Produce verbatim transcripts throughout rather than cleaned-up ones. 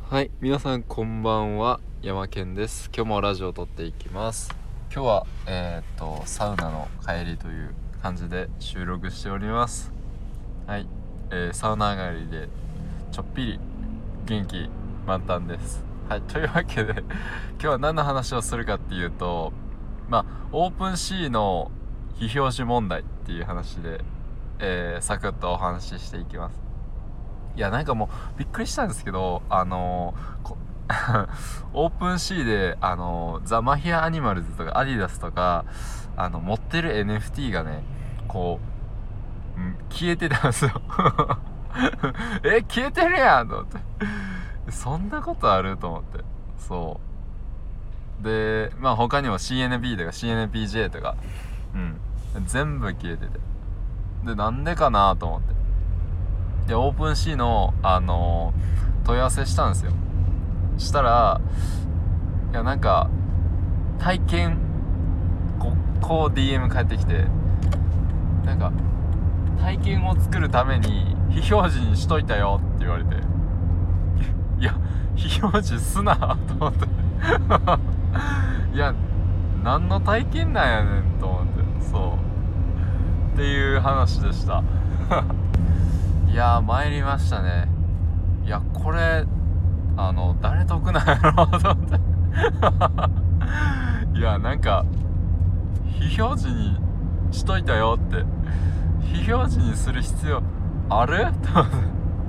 はい、皆さんこんばんは、山健です。今日もラジオを撮っていきます。今日はえー、っとサウナの帰りという感じで収録しております。はい、えー、サウナ上がりでちょっぴり元気満タンです。はい、というわけで今日は何の話をするかっていうと、まあオープンシーの非表示問題っていう話で、えー、サクッとお話ししていきます。いやなんかもうびっくりしたんですけど、あのー、こオープンシーであのー、ザ・マヒア・アニマルズとかアディダスとかあの持ってる エヌエフティー がねこう、うん、消えてたんですよえ消えてるやんと思ってそんなことあると思って。そうで、まあ他にも シーエヌビー とか シーエヌピージェー とかうん全部消えてて、でなんでかなと思って、でオープンシーのあのー、問い合わせしたんですよ。したらいやなんか体験ここう ディーエム 返ってきて、なんか体験を作るために非表示にしといたよって言われて、いや非表示すなと思っていや何の体験なんやねんと思って。そうっていう話でしたいやー参りましたね。いやこれあの誰得なんやろうと思っていやなんか非表示にしといたよって、非表示にする必要あると思って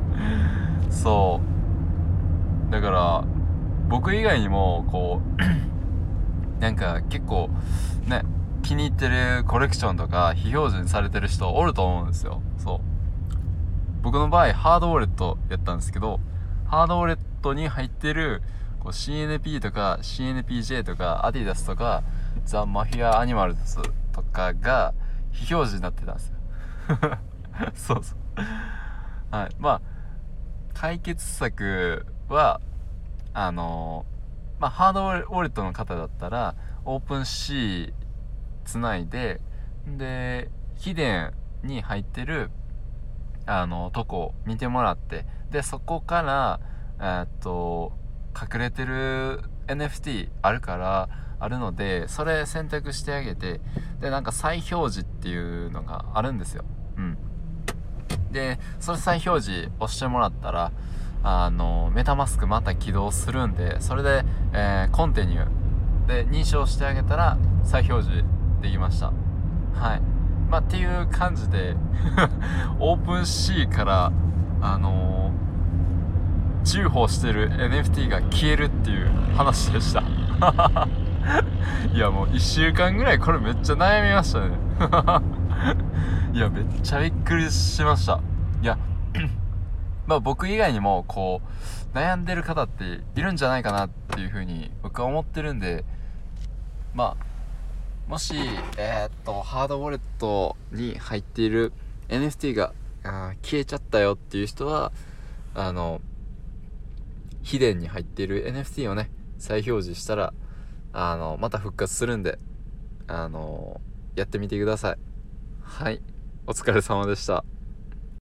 そうだから僕以外にもこうなんか結構ね気に入ってるコレクションとか非表示にされてる人おると思うんですよ。そう僕の場合ハードウォレットやったんですけど、ハードウォレットに入ってるこう シーエヌピー とか シーエヌピージェー とかアディダスとかザ・マフィア・アニマルズとかが非表示になってたんですよそうそうはいまあ解決策はあのー、まあハードウォレットの方だったらオープンシーつないで、で秘伝に入ってるあのとこを見てもらって、でそこからえーっと隠れてる エヌエフティー あるからあるので、それ選択してあげて、でなんか再表示っていうのがあるんですよ。うんでそれ再表示押してもらったらあのメタマスクまた起動するんで、それで、えー、コンティニューで認証してあげたら再表示できました。はいまあっていう感じでオープンシーからあのー、重宝してる エヌエフティー が消えるっていう話でしたいやもういっしゅうかんぐらいこれめっちゃ悩みましたねいやめっちゃびっくりしました。いやまあ僕以外にもこう悩んでる方っているんじゃないかなっていう風に僕は思ってるんで、まあもしえー、っとハードウォレットに入っている エヌエフティー があー消えちゃったよっていう人はあの秘伝に入っている エヌエフティー をね再表示したらあのまた復活するんで、あのやってみてください。はいお疲れ様でした。